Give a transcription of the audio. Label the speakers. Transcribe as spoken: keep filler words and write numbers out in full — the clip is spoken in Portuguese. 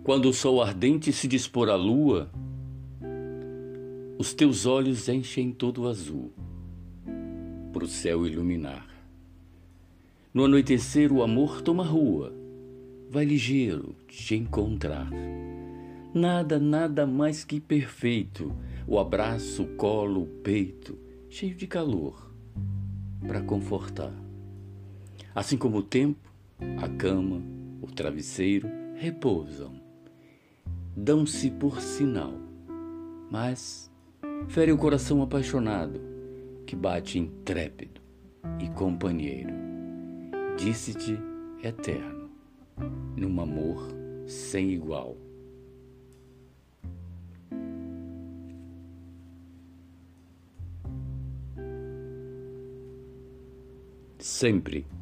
Speaker 1: Quando o sol ardente se dispor à lua, os teus olhos enchem todo o azul, pro céu iluminar. No anoitecer o amor toma rua, vai ligeiro te encontrar. Nada, nada mais que perfeito, o abraço, o colo, o peito, cheio de calor, para confortar. Assim como o tempo, a cama, o travesseiro repousam, dão-se por sinal, mas fere o coração apaixonado que bate intrépido e companheiro. Disse-te eterno, num amor sem igual. Sempre